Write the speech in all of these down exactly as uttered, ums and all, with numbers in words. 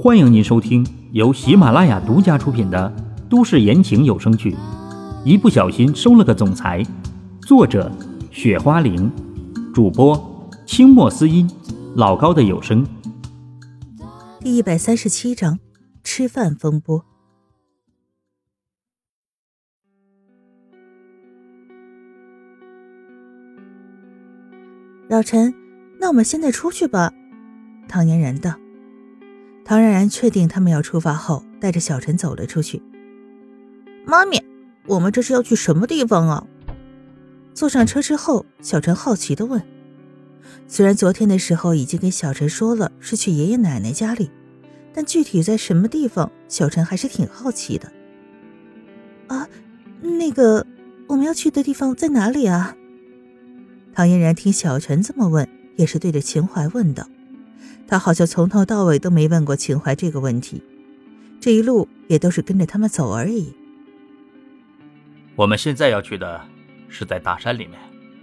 欢迎您收听由喜马拉雅独家出品的都市言情有声剧《一不小心收了个总裁》，作者雪花玲，主播清墨思音，老高的有声。 第一百三十七章吃饭风波。老陈，那我们现在出去吧。唐嫣然道。唐嫣然确定他们要出发后，带着小陈走了出去。妈咪，我们这是要去什么地方啊？坐上车之后，小陈好奇地问。虽然昨天的时候已经跟小陈说了是去爷爷奶奶家里，但具体在什么地方，小陈还是挺好奇的。啊，那个，我们要去的地方在哪里啊？唐嫣然听小陈这么问，也是对着秦淮问道。他好像从头到尾都没问过秦淮这个问题，这一路也都是跟着他们走而已。 我们现在要去的是在大山里面。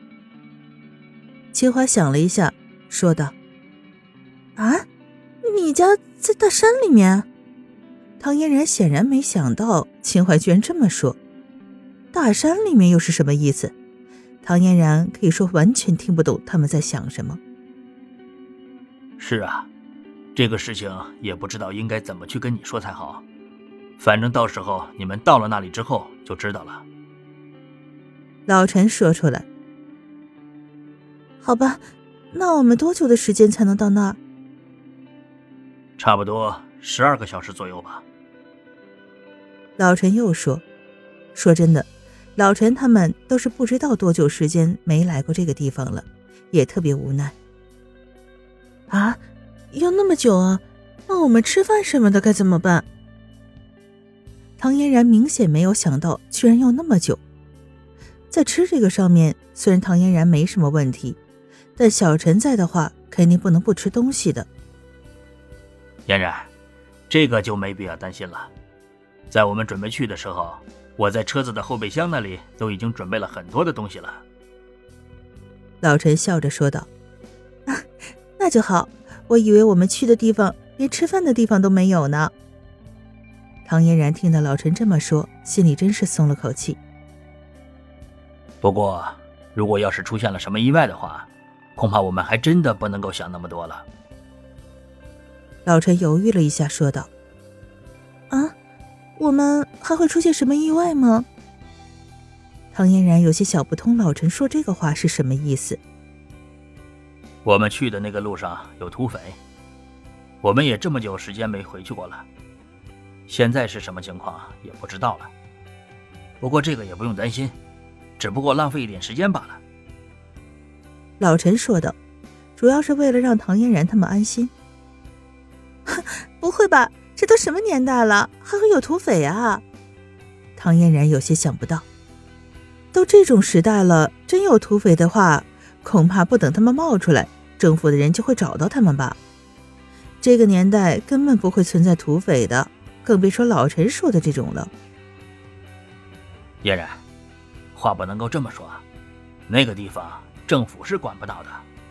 秦淮想了一下，说道：啊，你家在大山里面？唐嫣然显然没想到秦淮居然这么说。大山里面又是什么意思？唐嫣然可以说完全听不懂他们在想什么。 是啊，这个事情也不知道应该怎么去跟你说才好，反正到时候你们到了那里之后就知道了。 老陈说出来。好吧，那我们多久的时间才能到那儿？ 差不多十二个小时左右吧。 老陈又说，说真的，老陈他们都是不知道多久时间没来过这个地方了，也特别无奈。啊，要那么久啊？那我们吃饭什么的该怎么办？唐嫣然明显没有想到居然要那么久。在吃这个上面，虽然唐嫣然没什么问题，但小陈在的话肯定不能不吃东西的。 嫣然，这个就没必要担心了。在我们准备去的时候，我在车子的后备箱那里都已经准备了很多的东西了。 老陈笑着说道。啊，那就好，我以为我们去的地方连吃饭的地方都没有呢。唐嫣然听到老陈这么说，心里真是松了口气。 不过如果要是出现了什么意外的话，恐怕我们还真的不能够想那么多了。 老陈犹豫了一下说道。啊，我们还会出现什么意外吗？唐嫣然有些想不通老陈说这个话是什么意思。 我们去的那个路上有土匪，我们也这么久时间没回去过了，现在是什么情况也不知道了。不过这个也不用担心，只不过浪费一点时间罢了。 老陈说道，主要是为了让唐嫣然他们安心。不会吧，这都什么年代了，还会有土匪啊？唐嫣然有些想不到。都这种时代了，真有土匪的话，恐怕不等他们冒出来，政府的人就会找到他们吧。这个年代根本不会存在土匪的，更别说老陈说的这种了。 嫣然，话不能够这么说，那个地方政府是管不到的。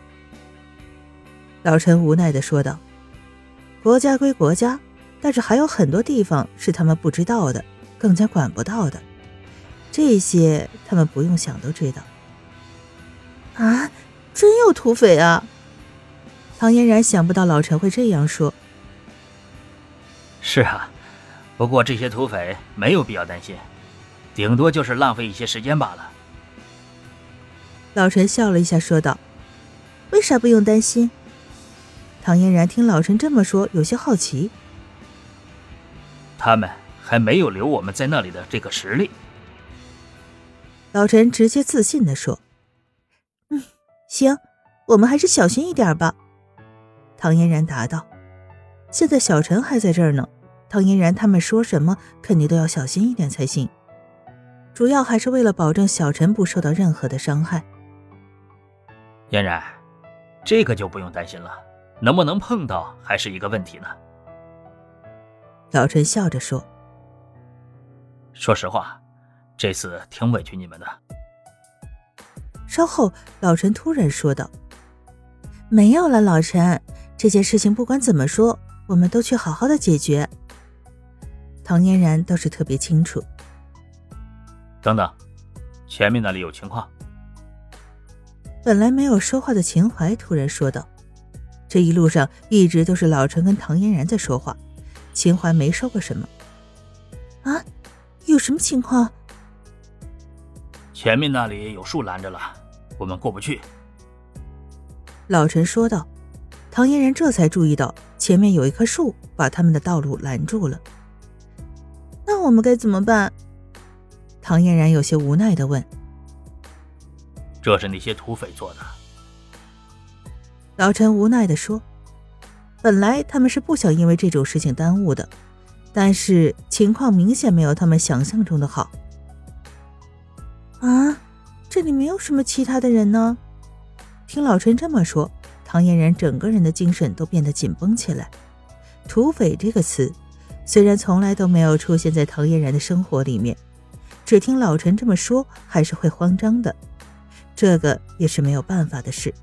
老陈无奈地说道。国家归国家，但是还有很多地方是他们不知道的，更加管不到的。这些他们不用想都知道。啊，真有土匪啊！唐嫣然想不到老陈会这样说。 是啊，不过这些土匪没有必要担心，顶多就是浪费一些时间罢了。 老陈笑了一下说道。为啥不用担心？唐嫣然听老陈这么说，有些好奇。 他们还没有留我们在那里的这个实力。 老陈直接自信地说。嗯，行，我们还是小心一点吧。唐嫣然答道。现在小陈还在这儿呢，唐嫣然他们说什么肯定都要小心一点才行，主要还是为了保证小陈不受到任何的伤害。 嫣然，这个就不用担心了，能不能碰到还是一个问题呢。 老陈笑着说。 说实话，这次挺委屈你们的。 稍后老陈突然说道。没有了，老陈，这件事情不管怎么说， 我们都去好好的解决。唐嫣然倒是特别清楚。 等等，前面那里有情况。 本来没有说话的秦淮突然说道。这一路上一直都是老陈跟唐嫣然在说话，秦淮没说过什么。啊，有什么情况？ 前面那里有树拦着了，我们过不去。 老陈说道。唐嫣然这才注意到前面有一棵树把他们的道路拦住了。那我们该怎么办？唐嫣然有些无奈地问。 这是那些土匪做的。 老陈无奈地说。本来他们是不想因为这种事情耽误的，但是情况明显没有他们想象中的好。啊，这里没有什么其他的人呢？听老陈这么说，唐嫣然整个人的精神都变得紧绷起来。土匪这个词虽然从来都没有出现在唐嫣然的生活里面，只听老陈这么说还是会慌张的，这个也是没有办法的事。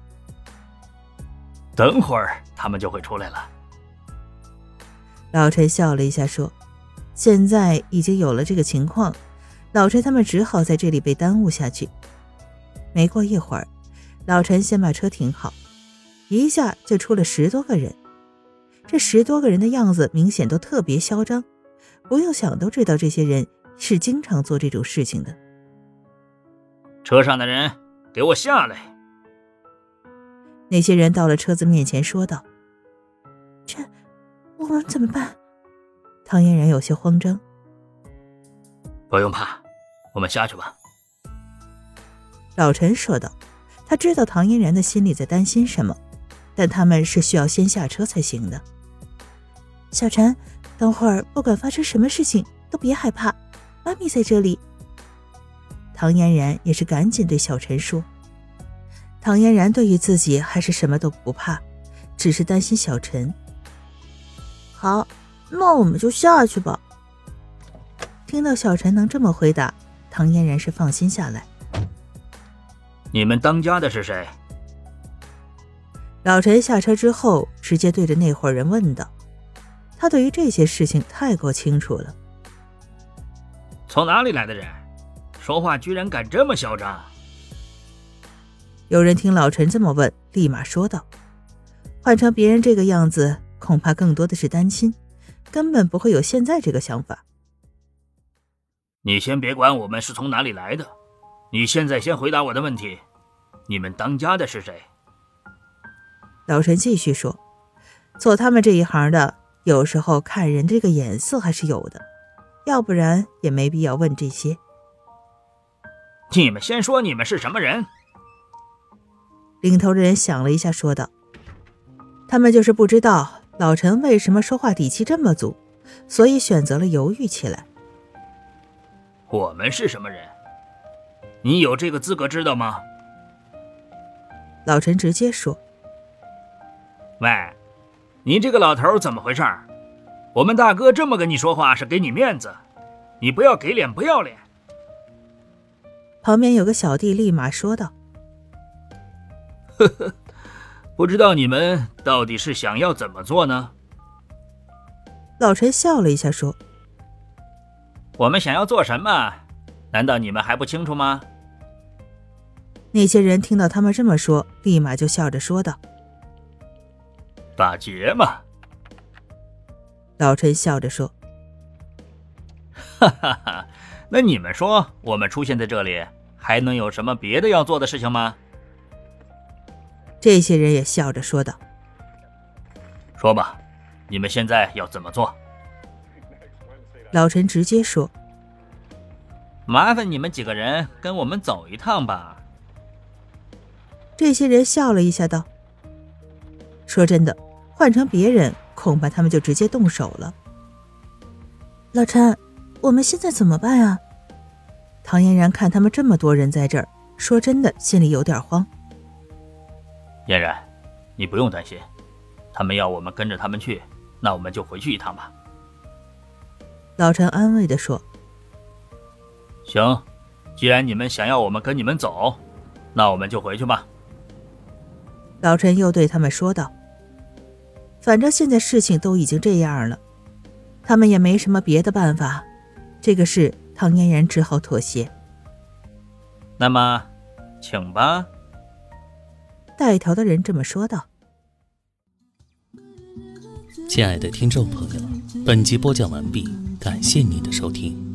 等会儿他们就会出来了。 老陈笑了一下说，现在已经有了这个情况，老陈他们只好在这里被耽误下去。没过一会儿，老陈先把车停好，一下就出了十多个人。这十多个人的样子明显都特别嚣张，不用想都知道这些人是经常做这种事情的。 车上的人给我下来。 那些人到了车子面前说道。这我们怎么办？唐嫣然有些慌张。 不用怕，我们下去吧。 老陈说道。他知道唐嫣然的心里在担心什么，但他们是需要先下车才行的。小陈，等会儿不管发生什么事情都别害怕，妈咪在这里。唐嫣然也是赶紧对小陈说。唐嫣然对于自己还是什么都不怕，只是担心小陈。好，那我们就下去吧。听到小陈能这么回答，唐嫣然是放心下来。 你们当家的是谁？ 老陈下车之后直接对着那伙人问道。他对于这些事情太过清楚了。 从哪里来的人？说话居然敢这么嚣张？ 有人听老陈这么问，立马说道。换成别人这个样子，恐怕更多的是担心，根本不会有现在这个想法。 你先别管我们是从哪里来的，你现在先回答我的问题，你们当家的是谁？ 老陈继续说，做他们这一行的，有时候看人这个眼色还是有的，要不然也没必要问这些。 你们先说你们是什么人？ 领头的人想了一下说道。他们就是不知道老陈为什么说话底气这么足，所以选择了犹豫起来。 我们是什么人？你有这个资格知道吗？ 老陈直接说。 喂，你这个老头怎么回事？我们大哥这么跟你说话是给你面子，你不要给脸不要脸。 旁边有个小弟立马说道。 呵呵，不知道你们到底是想要怎么做呢？ 老陈笑了一下说。 我们想要做什么？难道你们还不清楚吗？ 那些人听到他们这么说，立马就笑着说道。 打劫嘛。 老陈笑着说。 哈哈哈，那你们说我们出现在这里还能有什么别的要做的事情吗？ 这些人也笑着说道。 说吧，你们现在要怎么做？ 老陈直接说。 麻烦你们几个人跟我们走一趟吧。 这些人笑了一下道。说真的，换成别人恐怕他们就直接动手了。老陈，我们现在怎么办啊？唐嫣然看他们这么多人在这儿，说真的心里有点慌。 嫣然，你不用担心，他们要我们跟着他们去，那我们就回去一趟吧。 老陈安慰地说。 行，既然你们想要我们跟你们走，那我们就回去吧。 老陈又对他们说道。 反正现在事情都已经这样了，他们也没什么别的办法，这个事唐嫣然只好妥协。 那么请吧。 带头的人这么说道。 亲爱的听众朋友，本集播讲完毕，感谢您的收听。